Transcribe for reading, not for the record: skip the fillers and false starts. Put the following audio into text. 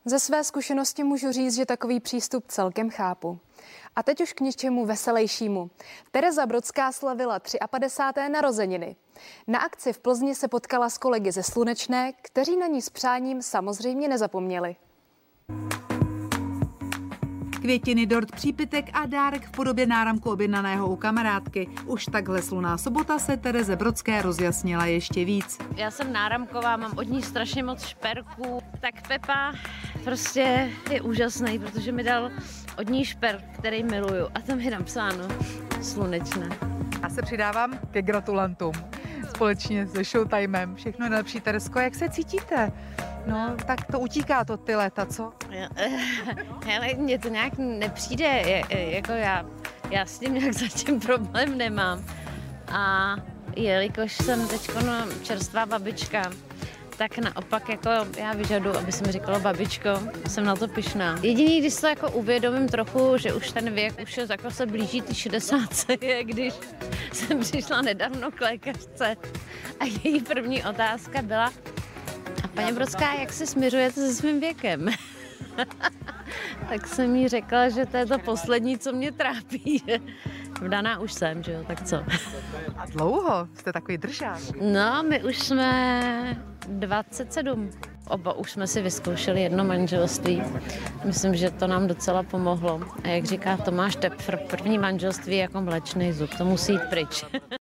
Ze své zkušenosti můžu říct, že takový přístup celkem chápu. A teď už k něčemu veselejšímu. Tereza Brodská slavila 53. narozeniny. Na akci v Plzni se potkala s kolegy ze Slunečné, kteří na ní s přáním samozřejmě nezapomněli. Květiny, dort, přípitek a dárek v podobě náramku objednaného u kamarádky. Už takhle slunná sobota se Tereze Brodské rozjasnila ještě víc. Já jsem náramková, mám od ní strašně moc šperků. Tak Pepa prostě je úžasný, protože mi dal od ní šperk, který miluju. A tam je napsáno Slunečné. Já se přidávám ke gratulantům. Společně se Showtimem. Všechno nejlepší, Terezko. Jak se cítíte? No, tak to utíká to ty léta, co? Hele, mně to nějak nepřijde, jako já s tím nějak zatím problém nemám. A jelikož jsem teď čerstvá babička, tak naopak jako já vyžaduji, aby se mi říkalo babičko, jsem na to pyšná. Jediný, když se jako uvědomím trochu, že už ten věk už je, jako se blíží ty 60, je, když jsem přišla nedávno k lékařce a její první otázka byla: a paní Brodská, jak se směřujete se svým věkem? Tak jsem jí řekla, že to je to poslední, co mě trápí. Vdaná už jsem, že jo, tak co? A dlouho jste takový držák? No, my už jsme 27. Oba už jsme si vyzkoušeli jedno manželství. Myslím, že to nám docela pomohlo. A jak říká Tomáš Tepfr, první manželství je jako mléčný zub, to musí jít pryč.